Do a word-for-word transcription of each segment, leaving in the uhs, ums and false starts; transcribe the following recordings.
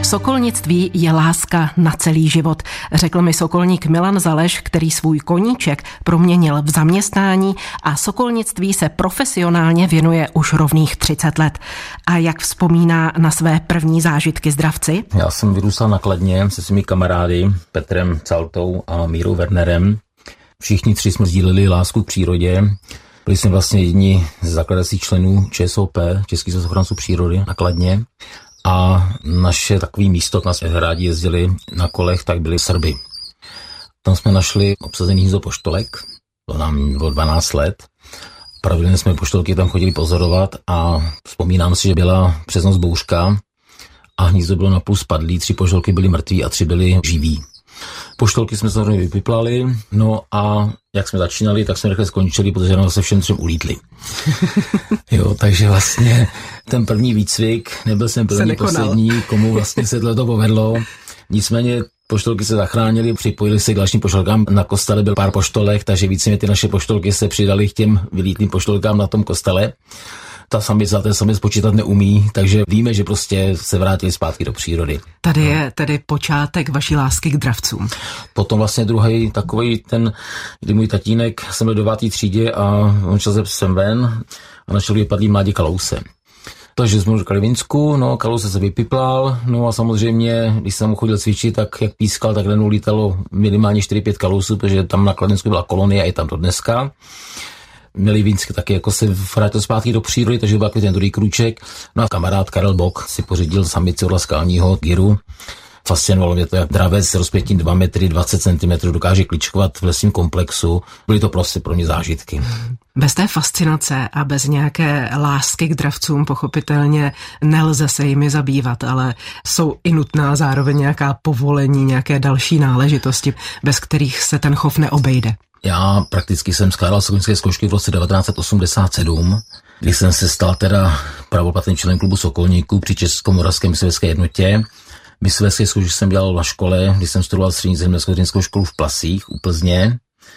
sokolnictví je láska na celý život, řekl mi sokolník Milan Zaleš, který svůj koníček proměnil v zaměstnání a sokolnictví se profesionálně věnuje už rovných třicet let. A jak vzpomíná na své první zážitky s dravci? Já jsem vyrůstal na Kladně se svými kamarády Petrem Caltou a Mírou Wernerem. Všichni tři jsme sdíleli lásku k přírodě. Byli jsme vlastně jedni z zakladacích členů ČSOP, Český svaz ochránců přírody na Kladně. A naše takový místo, kam jsme rádi jezdili na kolech, tak byly Srby. Tam jsme našli obsazený hnízdo poštolek, to nám bylo dvanáct let. Pravidelně jsme poštolky tam chodili pozorovat a vzpomínám si, že byla přes noc bouřka a hnízdo bylo napůl spadlý, tři poštolky byly mrtví a tři byly živí. Poštolky jsme samozřejmě vypiplali, no a jak jsme začínali, tak jsme rychle skončili, protože nám se všem třem ulítli. Jo, takže vlastně ten první výcvik, nebyl jsem první, poslední, komu vlastně se to povedlo. Nicméně poštolky se zachránili, připojili se k dalším poštolkám. Na kostele byl pár poštolek, takže víceméně ty naše poštolky se přidali k těm vylítlým poštolkám na tom kostele. Ta samice, ten samic počítat neumí, takže víme, že prostě se vrátili zpátky do přírody. Tady je tedy počátek vaší lásky k dravcům. Potom vlastně druhý takový ten, kdy můj tatínek, jsem byl v devátý třídě a on šel sem ven a našel vypadlý mládí kalouse. Takže jsme říkali Vinsku, no kalouse se vypiplal, no a samozřejmě, když jsem mu chodil cvičit, tak jak pískal, tak jen ulítalo minimálně čtyři pět kalousů, protože tam na Kladensku byla kolonie a je tam do dneska. Měli Vínsky taky jako se vrátil zpátky do přírody, takže byl jako ten druhý krůček. No a kamarád Karel Bok si pořídil samici od skalního gyru. Fascinovalo mě to, jak dravec s rozpětím dva metry dvacet centimetrů dokáže kličkovat v lesním komplexu. Byly to prostě pro mě zážitky. Bez té fascinace a bez nějaké lásky k dravcům pochopitelně nelze se jimi zabývat, ale jsou i nutná zároveň nějaká povolení, nějaké další náležitosti, bez kterých se ten chov neobejde. Já prakticky jsem skládal sokolnické zkoušky v roce devatenáct set osmdesát sedm, kdy jsem se stal teda pravoplatným členem klubu sokolníků při Českomoravské myslivecké jednotě. Myslivecké zkoušky jsem dělal na škole, když jsem studoval střední zemědělskou školu v Plasích u Plzně.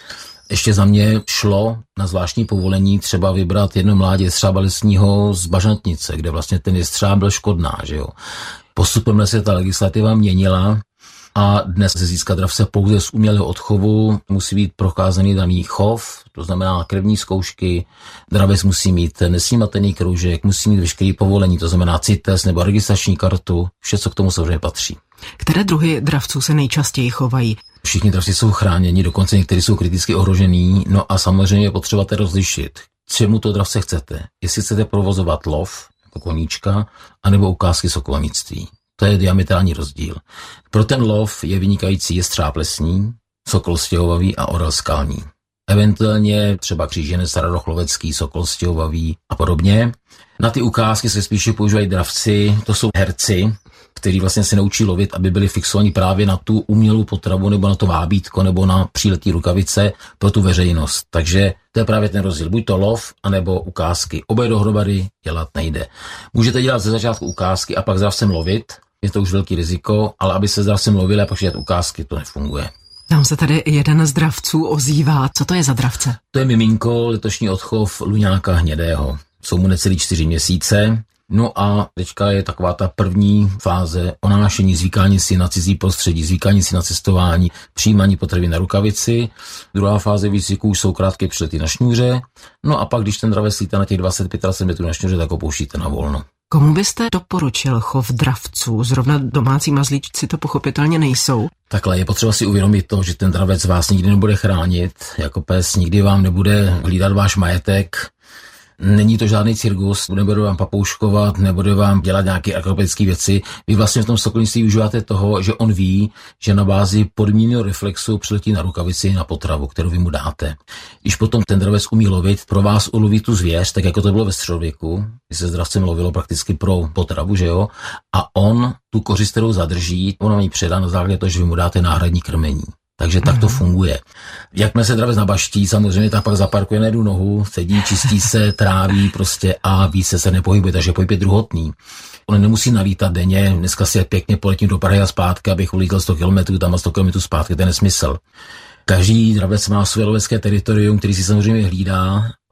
Ještě za mě šlo na zvláštní povolení třeba vybrat jedno mládě jestřába lesního z Bažantnice, kde vlastně ten jestřáb byl škodná, že jo. Postupem se ta legislativa měnila a dnes se získat dravce pouze z umělého odchovu, musí být prokázaný daný chov, to znamená krevní zkoušky, dravec musí mít nesnímatelný kroužek, musí mít veškeré povolení, to znamená CITES nebo registrační kartu, vše, co k tomu samozřejmě patří. Které druhy dravců se nejčastěji chovají? Všichni dravci jsou chráněni, dokonce někteří jsou kriticky ohrožený, no a samozřejmě je potřeba to rozlišit, čemu to dravce chcete. Jestli chcete provozovat lov, jako koníčka, anebo ukázky sokolnictví. To je diametrální rozdíl. Pro ten lov je vynikající jestřáb lesní, sokol stěhovavý a orel skalní. Eventuálně třeba kříženec radochlovecký, sokol stěhovavý a podobně. Na ty ukázky se spíše používají dravci, to jsou herci, kteří vlastně se naučí lovit, aby byli fixovaní právě na tu umělou potravu nebo na to vábítko nebo na příletí rukavice pro tu veřejnost. Takže to je právě ten rozdíl. Buď to lov, anebo ukázky. Obě dohromady dělat nejde. Můžete dělat ze začátku ukázky a pak s dravcem lovit, je to už velký riziko, ale aby se s dravcem lovili a pak dělat ukázky, to nefunguje. Tam se tady jeden z dravců ozývá. Co to je za dravce? To je miminko, letošní odchov luňáka hnědého. Jsou mu necelý čtyři měsíce. No a teďka je taková ta první fáze onášení, zvykání si na cizí prostředí, zvykání si na cestování, přijímání potravy na rukavici. Druhá fáze výcviku už jsou krátké přilety na šňůře. No a pak, když ten dravec lítá na těch dvacet pět metrů na šňůře, tak ho pouštíte na volno. Komu byste doporučil chov dravců? Zrovna domácí mazlíčci to pochopitelně nejsou. Takhle je potřeba si uvědomit to, že ten dravec vás nikdy nebude chránit, jako pes nikdy vám nebude hlídat váš majetek. Není to žádný cirkus, nebude vám papouškovat, nebude vám dělat nějaké akrobatické věci. Vy vlastně v tom sokolnictví užíváte toho, že on ví, že na bázi podmíněného reflexu přiletí na rukavici na potravu, kterou vy mu dáte. Když potom ten dravec umí lovit, pro vás uloví tu zvěř, tak jako to bylo ve středověku, kdy se s dravcem lovilo prakticky pro potravu, že jo, a on tu kořist, kterou zadrží, on vám ji předá na základě toho, že vy mu dáte náhradní krmení. Takže tak to funguje. Jakmile se dravec nabaští, samozřejmě tak pak zaparkuje na jednu nohu, sedí, čistí se, tráví prostě a více se nepohybuje, takže pohyb je druhotný. On nemusí nalítat denně, dneska si pěkně poletím do Prahy a zpátky, abych ulítal sto kilometrů, tam a sto kilometrů zpátky, to je nesmysl. Každý dravec má své lovecké teritorium, který si samozřejmě hlídá.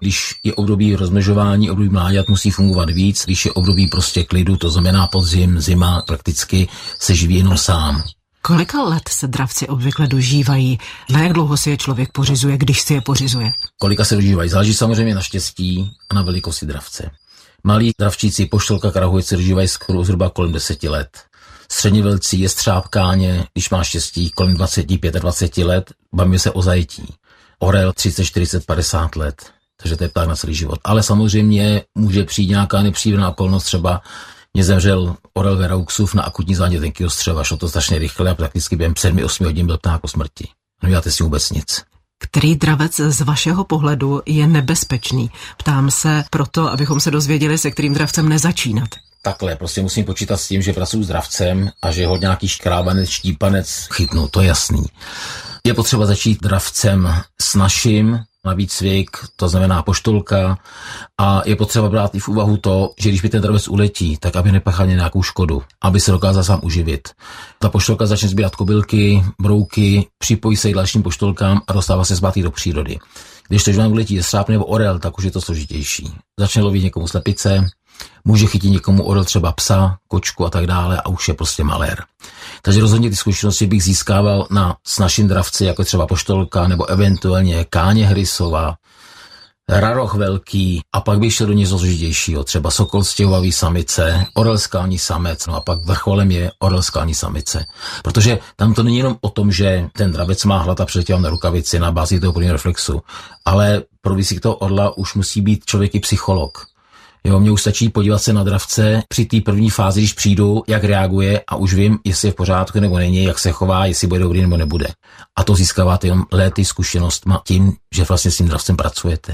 Když je období rozmnožování, období mláďat, musí fungovat víc. Když je období prostě klidu, to znamená podzim, zima, prakticky se živí jenom sám. Kolika let se dravci obvykle dožívají? Na jak dlouho si je člověk pořizuje, když si je pořizuje? Kolika se dožívají? Záleží samozřejmě na štěstí a na velikosti dravce. Malí dravčíci, poštolka, krahujec se dožívají skoro zhruba kolem deseti let. Středně velcí je střápkáně, když má štěstí, kolem dvacet, dvacet pět let, bavíme se o zajetí. Orel třicet, čtyřicet, padesát let. Takže to je pták na celý život. Ale samozřejmě může přijít nějaká nepříjemná okolnost, třeba mě zemřel orel Verauxův na akutní zánět tenkýho střeva, šlo to strašně rychle a prakticky během sedmi osmi hodin byl pták po smrti. Neděláte si vůbec nic. Který dravec z vašeho pohledu je nebezpečný? Ptám se proto, abychom se dozvěděli, se kterým dravcem nezačínat. Takhle, prostě musím počítat s tím, že pracuji s dravcem a že ho nějaký škrábanec, štípanec chytnu, to je jasný. Je potřeba začít dravcem s naším, na výcvik, to znamená poštolka, a je potřeba brát i v úvahu to, že když by ten dravec uletí, tak aby nepáchal nějakou škodu, aby se dokázal sám uživit. Ta poštolka začne sbírat kobylky, brouky, připojí se k dalším poštolkám a dostává se zpátky do přírody. Když to vám uletí střáp nebo orel, tak už je to složitější. Začne lovit někomu slepice, může chytit někomu orel třeba psa, kočku a tak dále a už je prostě malér. Takže rozhodně ty zkušenosti bych získával na s naším dravci, jako třeba poštolka nebo eventuálně káně hrysova, raroch velký a pak bych šel do něco složitějšího, třeba sokol stěhovavý samice, orel skální samec, no a pak vrcholem je orel skální samice. Protože tam to není jenom o tom, že ten dravec má hlad a přeletěl na rukavici na bázi toho prvního reflexu, ale pro výskyt toho orla už musí být člověk i psycholog. Jo, mně už stačí podívat se na dravce při té první fázi, když přijdu, jak reaguje a už vím, jestli je v pořádku nebo není, jak se chová, jestli bude dobrý nebo nebude. A to získáváte jenom léty zkušenostma tím, že vlastně s tím dravcem pracujete.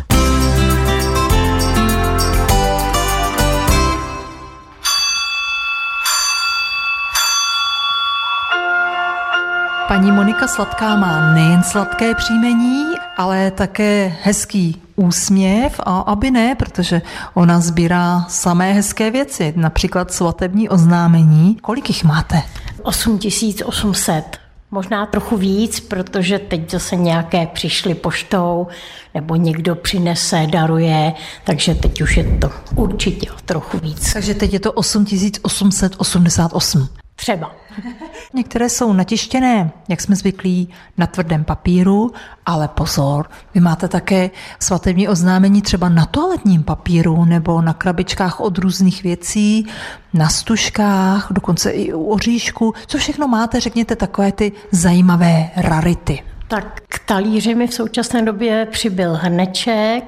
Paní Monika Sladká má nejen sladké příjmení, ale také hezký úsměv a aby ne, protože ona sbírá samé hezké věci, například svatební oznámení. Kolik jich máte? osm tisíc osm set. Možná trochu víc, protože teď zase nějaké přišly poštou, nebo někdo přinese, daruje, takže teď už je to určitě trochu víc. Takže teď je to osm tisíc osm set osmdesát osm. Třeba. Některé jsou natištěné, jak jsme zvyklí, na tvrdém papíru, ale pozor, vy máte také svatební oznámení třeba na toaletním papíru nebo na krabičkách od různých věcí, na stužkách, dokonce i u oříšku. Co všechno máte, řekněte takové ty zajímavé rarity. Tak k talíři mi v současné době přibyl hrneček,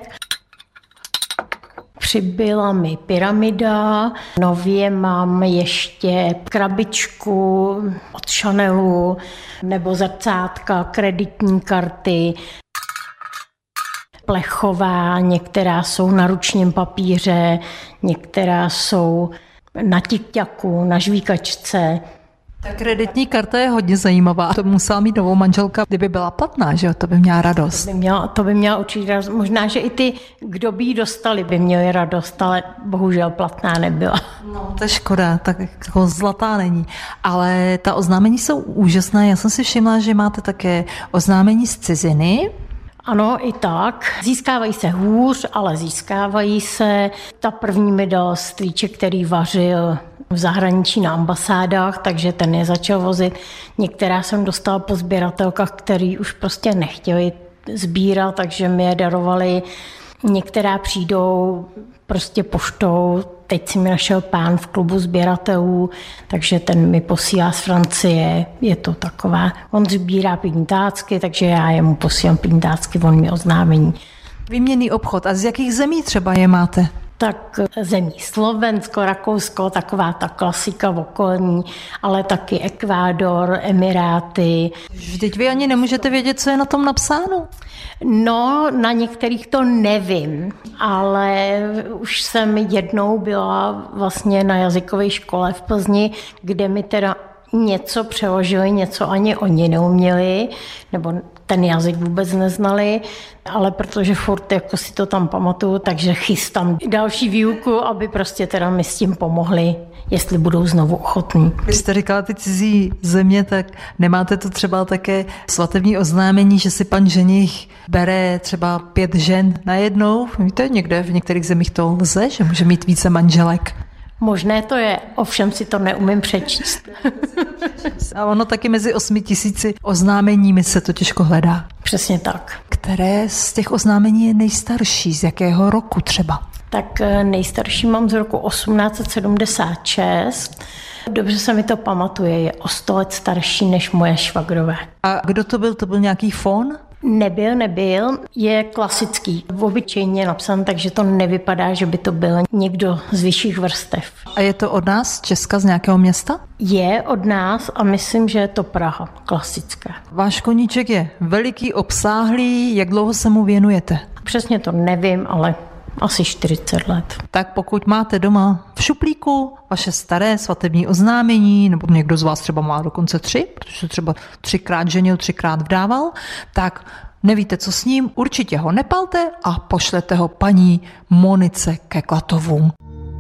přibyla mi pyramida, nově mám ještě krabičku od Chanelu nebo zrcátka, kreditní karty, plechová, některá jsou na ručním papíře, některá jsou na tikťaku, na žvíkačce. Ta kreditní karta je hodně zajímavá. To musela mít novou manželka, kdyby byla platná, že jo? To by měla radost. To by měla, to by měla určitě radost. Možná, že i ty, kdo by ji dostali, by měli radost, ale bohužel platná nebyla. No, to je škoda, tak jako zlatá není. Ale ta oznámení jsou úžasná. Já jsem si všimla, že máte také oznámení z ciziny. Ano, i tak. Získávají se hůř, ale získávají se. Ta první mi dal strýček, který vařil v zahraničí na ambasádách, takže ten je začal vozit. Některá jsem dostala po sběratelkách, který už prostě nechtěli sbírat, takže mi je darovali. Některá přijdou prostě poštou. Teď si mi našel pán v klubu sběratelů, takže ten mi posílá z Francie. Je to taková, on sbírá pintácky, takže já jemu posílám pintácky, on mi oznámení. Výměnný obchod. A z jakých zemí třeba je máte? Tak zemí Slovensko, Rakousko, taková ta klasika okolní, ale taky Ekvádor, Emiráty. Vždyť vy ani nemůžete vědět, co je na tom napsáno. No, na některých to nevím, ale už jsem jednou byla vlastně na jazykové škole v Plzni, kde mi teda něco přeložili, něco ani oni neuměli, nebo ten jazyk vůbec neznali, ale protože furt jako si to tam pamatuju, takže chystám další výuku, aby prostě teda mi s tím pomohli, jestli budou znovu ochotní. Když jste říkala ty cizí země, tak nemáte to třeba také svatební oznámení, že si pan ženich bere třeba pět žen najednou? Víte, někde v některých zemích to lze, že může mít více manželek? Možné to je, ovšem si to neumím přečíst. A ono taky mezi osmi tisíci oznámeními se to těžko hledá. Přesně tak. Které z těch oznámení je nejstarší? Z jakého roku třeba? Tak nejstarší mám z roku osmnáct sedmdesát šest. Dobře se mi to pamatuje, je o sto let starší než moje švagrové. A kdo to byl? To byl nějaký fón? Nebyl, nebyl. Je klasický, obyčejně napsaný, takže to nevypadá, že by to byl někdo z vyšších vrstev. A je to od nás, z Česka, z nějakého města? Je od nás a myslím, že je to Praha, klasická. Váš koníček je veliký, obsáhlý. Jak dlouho se mu věnujete? Přesně to nevím, ale asi čtyřicet let. Tak pokud máte doma v šuplíku vaše staré svatební oznámení, nebo někdo z vás třeba má dokonce tři, protože třeba třikrát ženil, třikrát vdával, tak nevíte, co s ním, určitě ho nepalte a pošlete ho paní Monice ke Klatovům.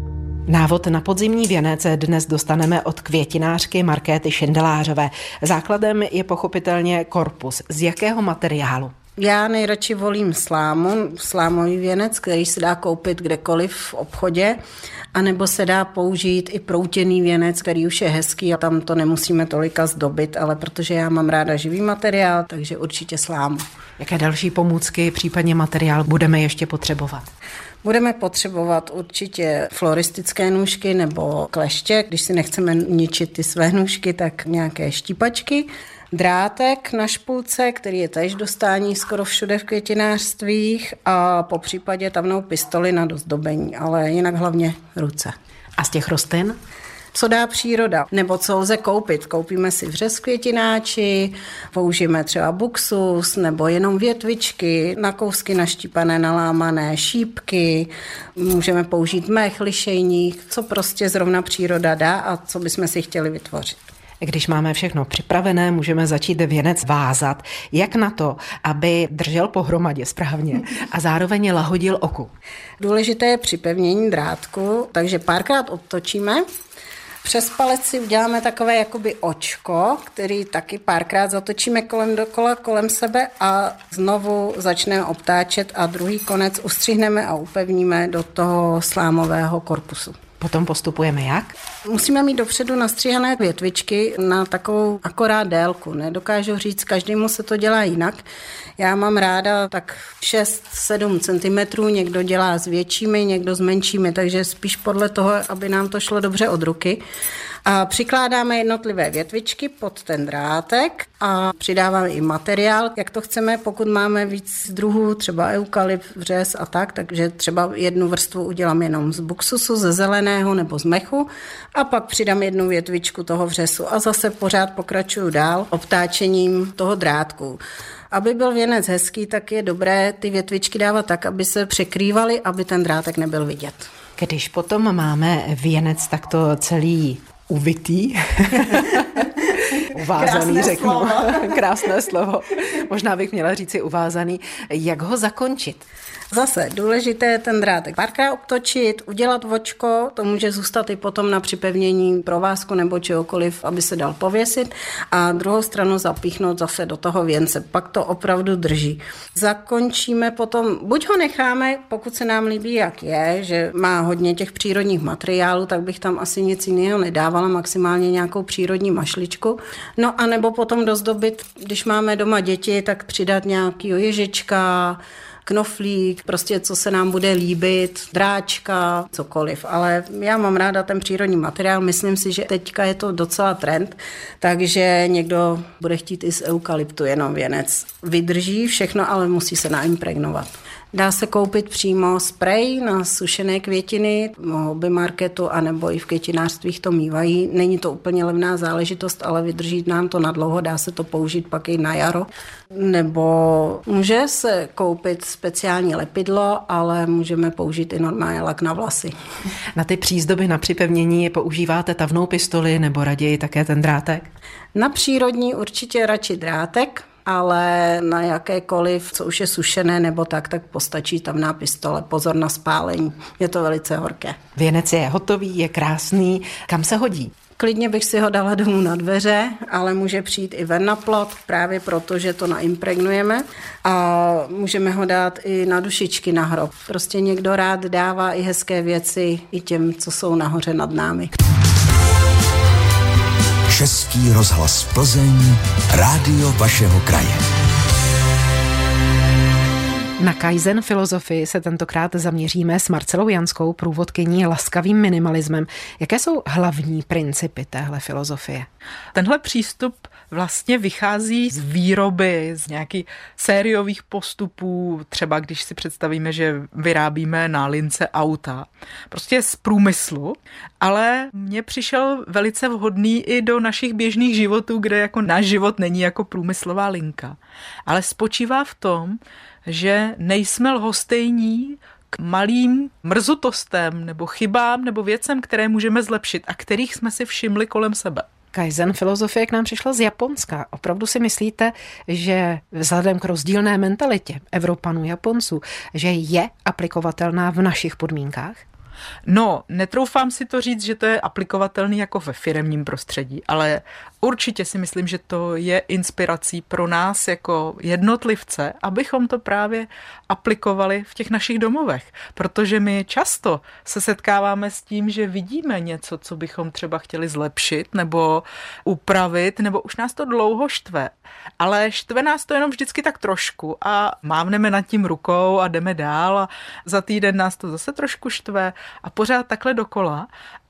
Návod na podzimní věnec dnes dostaneme od květinářky Markéty Šindelářové. Základem je pochopitelně korpus. Z jakého materiálu? Já nejradši volím slámu, slámový věnec, který se dá koupit kdekoliv v obchodě, anebo se dá použít i proutěný věnec, který už je hezký a tam to nemusíme tolika zdobit, ale protože já mám ráda živý materiál, takže určitě slámu. Jaké další pomůcky, případně materiál budeme ještě potřebovat? Budeme potřebovat určitě floristické nůžky nebo kleště, když si nechceme ničit ty své nůžky, tak nějaké štípačky. Drátek na špulce, který je též dostání skoro všude v květinářstvích a po případě tamnou pistoli na dozdobení, ale jinak hlavně ruce. A z těch rostlin? Co dá příroda, nebo co lze koupit. Koupíme si vřez v květináči, použijeme třeba buksus, nebo jenom větvičky, na kousky naštípané, nalámané, šípky, můžeme použít mech, lišejník, co prostě zrovna příroda dá a co bychom si chtěli vytvořit. Když máme všechno připravené, můžeme začít věnec vázat. Jak na to, aby držel pohromadě správně a zároveň lahodil oku? Důležité je připevnění drátku, takže párkrát odtočíme. Přes palec si uděláme takové jakoby očko, který taky párkrát zatočíme kolem dokola, kolem sebe a znovu začneme obtáčet a druhý konec ustřihneme a upevníme do toho slámového korpusu. Potom postupujeme jak? Musíme mít dopředu nastříhané větvičky na takovou akorát délku. Nedokážu říct, každému se to dělá jinak. Já mám ráda tak šest sedm centimetrů, někdo dělá s většími, někdo s menšími, takže spíš podle toho, aby nám to šlo dobře od ruky. A přikládáme jednotlivé větvičky pod ten drátek a přidáváme i materiál, jak to chceme, pokud máme víc druhů, třeba eukalypt, vřez a tak, takže třeba jednu vrstvu udělám jenom z buksusu, ze zeleného nebo z mechu a pak přidám jednu větvičku toho vřesu a zase pořád pokračuju dál obtáčením toho drátku. Aby byl věnec hezký, tak je dobré ty větvičky dávat tak, aby se překrývaly, aby ten drátek nebyl vidět. Když potom máme věnec takto celý uvitý, uvázaný, krásné řeknu. Slovo. Krásné slovo. Možná bych měla říci uvázaný. Jak ho zakončit? Zase důležité je ten drátek párkrát obtočit, udělat vočko, to může zůstat i potom na připevnění provázku nebo čehokoliv, aby se dal pověsit a druhou stranu zapíchnout zase do toho věnce, pak to opravdu drží. Zakončíme potom, buď ho necháme, pokud se nám líbí, jak je, že má hodně těch přírodních materiálů, tak bych tam asi nic jiného nedávala, maximálně nějakou přírodní mašličku. No a nebo potom dozdobit, když máme doma děti, tak přidat nějakýho ježička, knoflík, prostě co se nám bude líbit, dráčka, cokoliv. Ale já mám ráda ten přírodní materiál, myslím si, že teďka je to docela trend, takže někdo bude chtít i z eukalyptu jenom věnec. Vydrží všechno, ale musí se naimpregnovat. Dá se koupit přímo sprej na sušené květiny, v hobby marketu, anebo i v květinářstvích to mívají. Není to úplně levná záležitost, ale vydrží nám to nadlouho, dá se to použít pak i na jaro. Nebo může se koupit speciální lepidlo, ale můžeme použít i normální lak na vlasy. Na ty přízdoby na připevnění používáte tavnou pistoli nebo raději také ten drátek? Na přírodní určitě radši drátek, ale na jakékoliv, co už je sušené nebo tak, tak postačí tavná pistole. Pozor na spálení, je to velice horké. Věnec je hotový, je krásný. Kam se hodí? Klidně bych si ho dala domů na dveře, ale může přijít i ven na plot, právě proto, že to naimpregnujeme a můžeme ho dát i na dušičky na hrob. Prostě někdo rád dává i hezké věci i těm, co jsou nahoře nad námi. Český rozhlas Plzeň, rádio vašeho kraje. Na kaizen filozofii se tentokrát zaměříme s Marcelou Janskou, průvodkyní laskavým minimalismem. Jaké jsou hlavní principy téhle filozofie? Tenhle přístup vlastně vychází z výroby, z nějakých sériových postupů, třeba když si představíme, že vyrábíme na lince auta. Prostě z průmyslu, ale mně přišel velice vhodný i do našich běžných životů, kde jako náš život není jako průmyslová linka. Ale spočívá v tom, že nejsme lhostejní k malým mrzutostem nebo chybám nebo věcem, které můžeme zlepšit a kterých jsme si všimli kolem sebe. Kaizen filozofie k nám přišla z Japonska. Opravdu si myslíte, že vzhledem k rozdílné mentalitě Evropanů, Japonců, že je aplikovatelná v našich podmínkách? No, netroufám si to říct, že to je aplikovatelný jako ve firemním prostředí, ale určitě si myslím, že to je inspirací pro nás jako jednotlivce, abychom to právě aplikovali v těch našich domovech, protože my často se setkáváme s tím, že vidíme něco, co bychom třeba chtěli zlepšit nebo upravit, nebo už nás to dlouho štve, ale štve nás to jenom vždycky tak trošku a mávneme nad tím rukou a jdeme dál a za týden nás to zase trošku štve a pořád takhle dokola.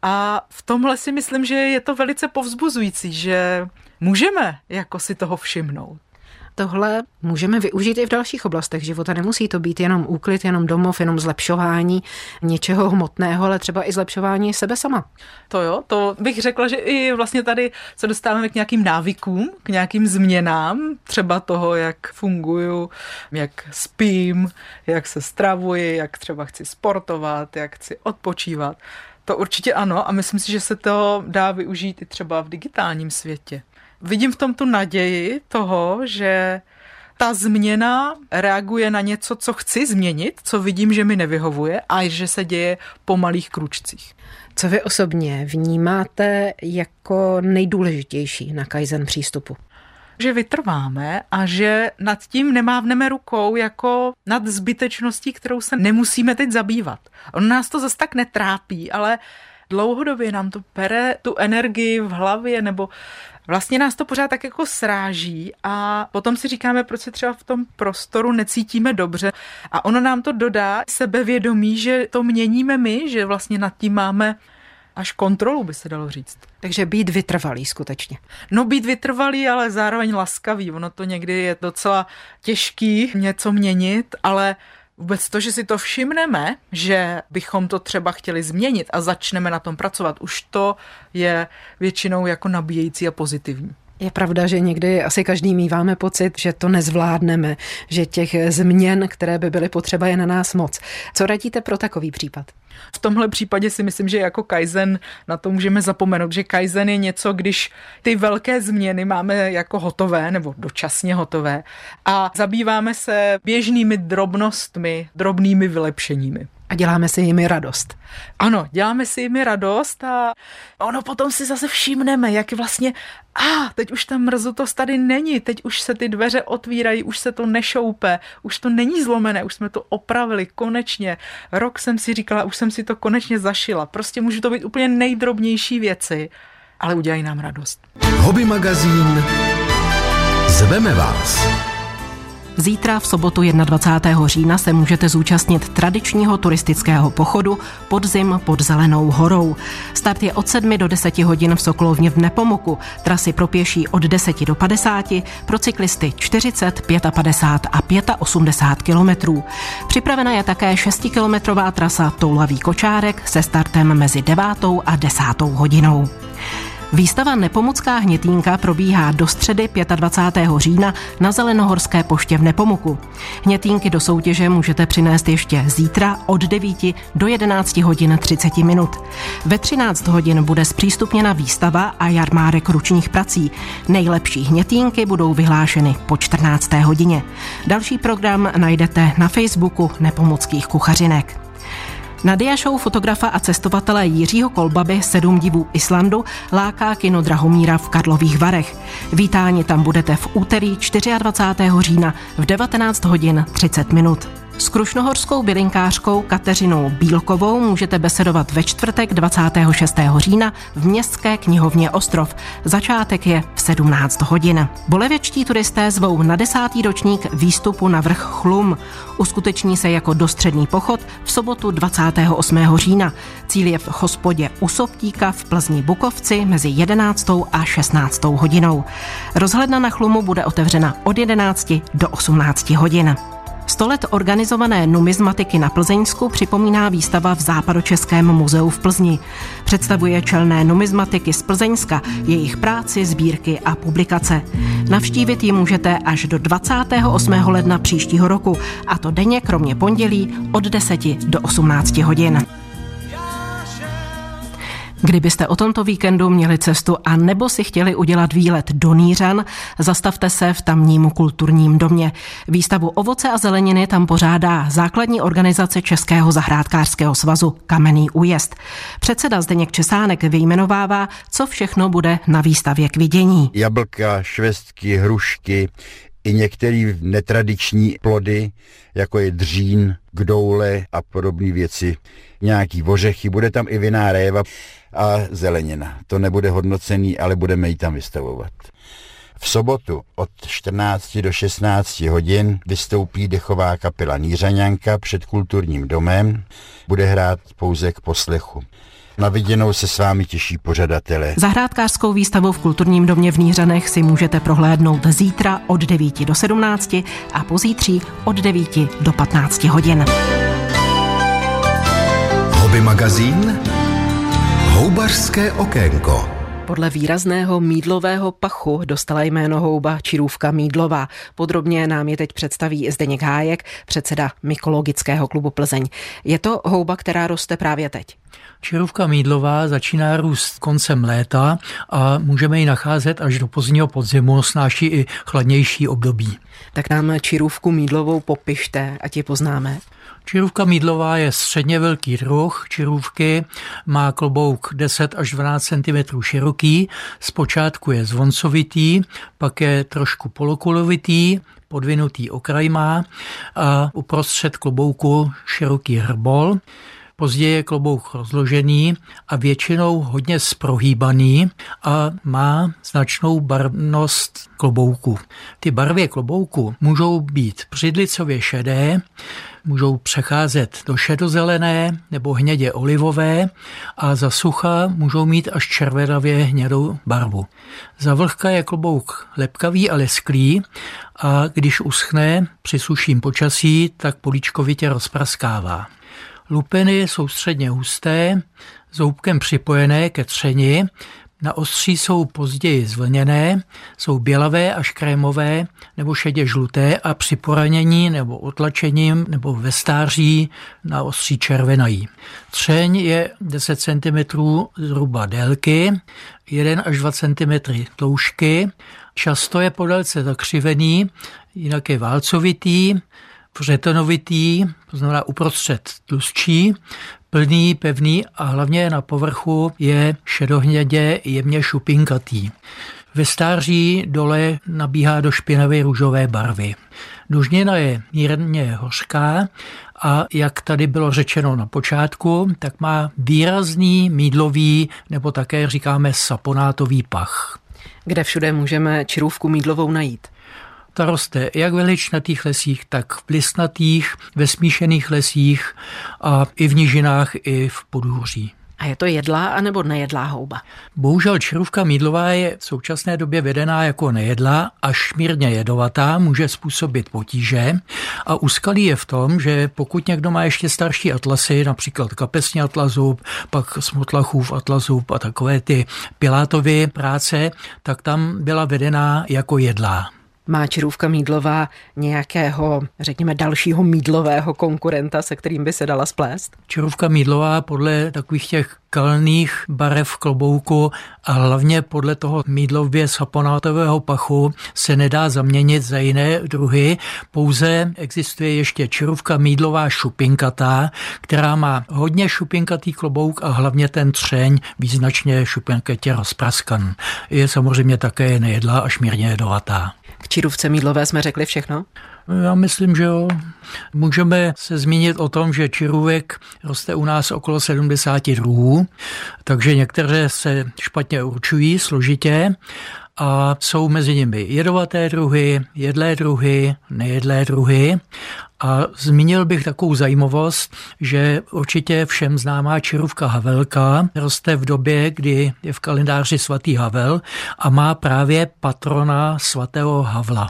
A v tomhle si myslím, že je to velice povzbuzující, že můžeme jako si toho všimnout. Tohle můžeme využít i v dalších oblastech života. Nemusí to být jenom úklid, jenom domov, jenom zlepšování něčeho hmotného, ale třeba i zlepšování sebe sama. To jo, to bych řekla, že i vlastně tady se dostáváme k nějakým návykům, k nějakým změnám, třeba toho, jak funguju, jak spím, jak se stravuji, jak třeba chci sportovat, jak chci odpočívat. To určitě ano a myslím si, že se to dá využít i třeba v digitálním světě. Vidím v tom tu naději toho, že ta změna reaguje na něco, co chci změnit, co vidím, že mi nevyhovuje a že se děje po malých kručcích. Co vy osobně vnímáte jako nejdůležitější na kaizen přístupu? Že vytrváme a že nad tím nemávneme rukou jako nad zbytečností, kterou se nemusíme teď zabývat. On nás to zase tak netrápí, ale dlouhodobě nám to bere tu energii v hlavě nebo vlastně nás to pořád tak jako sráží a potom si říkáme, proč se třeba v tom prostoru necítíme dobře a ono nám to dodá sebevědomí, že to měníme my, že vlastně nad tím máme až kontrolu, by se dalo říct. Takže být vytrvalý skutečně. No být vytrvalý, ale zároveň laskavý. Ono to někdy je docela těžký něco měnit, ale vůbec to, že si to všimneme, že bychom to třeba chtěli změnit a začneme na tom pracovat, už to je většinou jako nabíjející a pozitivní. Je pravda, že někdy asi každý míváme pocit, že to nezvládneme, že těch změn, které by byly potřeba, je na nás moc. Co radíte pro takový případ? V tomhle případě si myslím, že jako kaizen na to můžeme zapomenout, že kaizen je něco, když ty velké změny máme jako hotové nebo dočasně hotové a zabýváme se běžnými drobnostmi, drobnými vylepšeními. A děláme si jimi radost. Ano, děláme si jimi radost a ono potom si zase všimneme, jak vlastně a ah, teď už ta mrzutost tady není, teď už se ty dveře otvírají, už se to nešoupe, už to není zlomené, už jsme to opravili konečně. Rok jsem si říkala, už jsem si to konečně zašila. Prostě můžu to být úplně nejdrobnější věci, ale udělají nám radost. Hobby magazín Zveme vás. Zítra v sobotu dvacátého prvního října se můžete zúčastnit tradičního turistického pochodu Podzim pod Zelenou horou. Start je od sedmi do deseti hodin v Sokolovně v Nepomuku. Trasy pro pěší od deseti do padesáti, pro cyklisty čtyřicet, padesát pět a osmdesát pět kilometrů. Připravena je také šestikilometrová trasa Toulavý kočárek se startem mezi devátou a desátou hodinou. Výstava Nepomucká hnětýnka probíhá do středy dvacátého pátého října na Zelenohorské poště v Nepomuku. Hnětýnky do soutěže můžete přinést ještě zítra od devíti do jedenácti hodin třicet minut. Ve třináct hodin bude zpřístupněna výstava a jarmárek ručních prací. Nejlepší hnětýnky budou vyhlášeny po čtrnácté hodině. Další program najdete na Facebooku Nepomuckých kuchařinek. Na diashow fotografa a cestovatele Jiřího Kolbaby Sedm divů Islandu láká kino Drahomíra v Karlových Varech. Vítáni tam budete v úterý dvacátého čtvrtého října v devatenáct hodin třicet minut. S krušnohorskou bylinkářkou Kateřinou Bílkovou můžete besedovat ve čtvrtek dvacátého šestého října v Městské knihovně Ostrov. Začátek je v sedmnáct hodin. Bolevěčtí turisté zvou na desátý ročník výstupu na vrch Chlum. Uskuteční se jako dostřední pochod v sobotu dvacátého osmého října. Cíl je v hospodě u Soptíka v Plzni Bukovci mezi jedenáctou a šestnáctou hodinou. Rozhledna na Chlumu bude otevřena od jedenácti do osmnácti hodin. Sto let organizované numizmatiky na Plzeňsku připomíná výstava v Západočeském muzeu v Plzni. Představuje čelné numizmatiky z Plzeňska, jejich práci, sbírky a publikace. Navštívit ji můžete až do dvacátého osmého ledna příštího roku, a to denně kromě pondělí od deseti do osmnácti hodin. Kdybyste o tomto víkendu měli cestu a nebo si chtěli udělat výlet do Nýřan, zastavte se v tamním kulturním domě. Výstavu ovoce a zeleniny tam pořádá základní organizace Českého zahrádkářského svazu Kamenný újezd. Předseda Zdeněk Česánek vyjmenovává, co všechno bude na výstavě k vidění. Jablka, švestky, hrušky i některé netradiční plody, jako je dřín, kdoule a podobné věci. Nějaký ořechy, bude tam i vinná réva a zelenina. To nebude hodnocený, ale budeme ji tam vystavovat. V sobotu od čtrnácti do šestnácti hodin vystoupí dechová kapela Nýřaňanka před kulturním domem. Bude hrát pouze k poslechu. Na viděnou se s vámi těší pořadatelé. Zahrádkářskou výstavu v kulturním domě v Nýřanech si můžete prohlédnout zítra od devíti do sedmnácti a pozítří od devíti do patnácti hodin. Hobby magazín Houbařské okénko. Podle výrazného mýdlového pachu dostala jméno houba čirůvka mýdlová. Podrobně nám je teď představí Zdeněk Hájek, předseda Mykologického klubu Plzeň. Je to houba, která roste právě teď? Čirůvka mýdlová začíná růst koncem léta a můžeme ji nacházet až do pozdního podzimu, snáší i chladnější období. Tak nám čirůvku mýdlovou popište, ať ji poznáme. Čirůvka mýdlová je středně velký druh čirůvky, má klobouk deset až dvanáct centimetrů široký, zpočátku je zvoncovitý, pak je trošku polokulovitý, podvinutý okraj má a uprostřed klobouku široký hrbol. Později je klobouk rozložený a většinou hodně zprohýbaný a má značnou barvnost klobouku. Ty barvy klobouku můžou být břidlicově šedé, můžou přecházet do šedozelené nebo hnědě olivové a za sucha můžou mít až červenavě hnědou barvu. Za vlhka je klobouk lepkavý a lesklý a když uschne při suším počasí, tak políčkovitě rozpraskává. Lupeny jsou středně husté, zoubkem připojené ke třeni, na ostří jsou později zvlněné, jsou bělavé až krémové nebo šedě žluté a při poranění nebo otlačením nebo ve stáří na ostří červenají. Třeň je deset centimetrů zhruba délky, jeden až dva centimetry tloušťky, často je po délce zakřivený, jinak je válcovitý, vřetonovitý, to znamená uprostřed tlustší, plný, pevný a hlavně na povrchu je šedohnědě jemně šupinkatý. Ve stáří dole nabíhá do špinavé růžové barvy. Dužnina je mírně hořká a jak tady bylo řečeno na počátku, tak má výrazný mýdlový nebo také říkáme saponátový pach. Kde všude můžeme čirůvku mýdlovou najít? Ta roste jak v ličnatých lesích, tak v listnatých, ve smíšených lesích a i v nížinách, i v podhůří. A je to jedlá anebo nejedlá houba? Bohužel čirůvka mýdlová je v současné době vedená jako nejedlá, až mírně jedovatá, může způsobit potíže a úskalí je v tom, že pokud někdo má ještě starší atlasy, například kapesní atlaszub, pak Smotlachův atlaszub a takové ty Pilátovy práce, tak tam byla vedená jako jedlá. Má čirůvka mýdlová nějakého, řekněme, dalšího mýdlového konkurenta, se kterým by se dala splést? Čirůvka mýdlová podle takových těch kalných barev klobouku a hlavně podle toho mýdlově saponátového pachu se nedá zaměnit za jiné druhy. Pouze existuje ještě čirůvka mýdlová šupinkatá, která má hodně šupinkatý klobouk a hlavně ten třeň význačně šupinkatě rozpraskan. Je samozřejmě také nejedlá až mírně jedovatá. K čirůvce mýdlové jsme řekli všechno? Já myslím, že jo. Můžeme se zmínit o tom, že čirůvek roste u nás okolo sedmdesát druhů, takže některé se špatně určují složitě a jsou mezi nimi jedovaté druhy, jedlé druhy, nejedlé druhy. A zmínil bych takovou zajímavost, že určitě všem známá čirůvka havelka roste v době, kdy je v kalendáři svatý Havel a má právě patrona svatého Havla.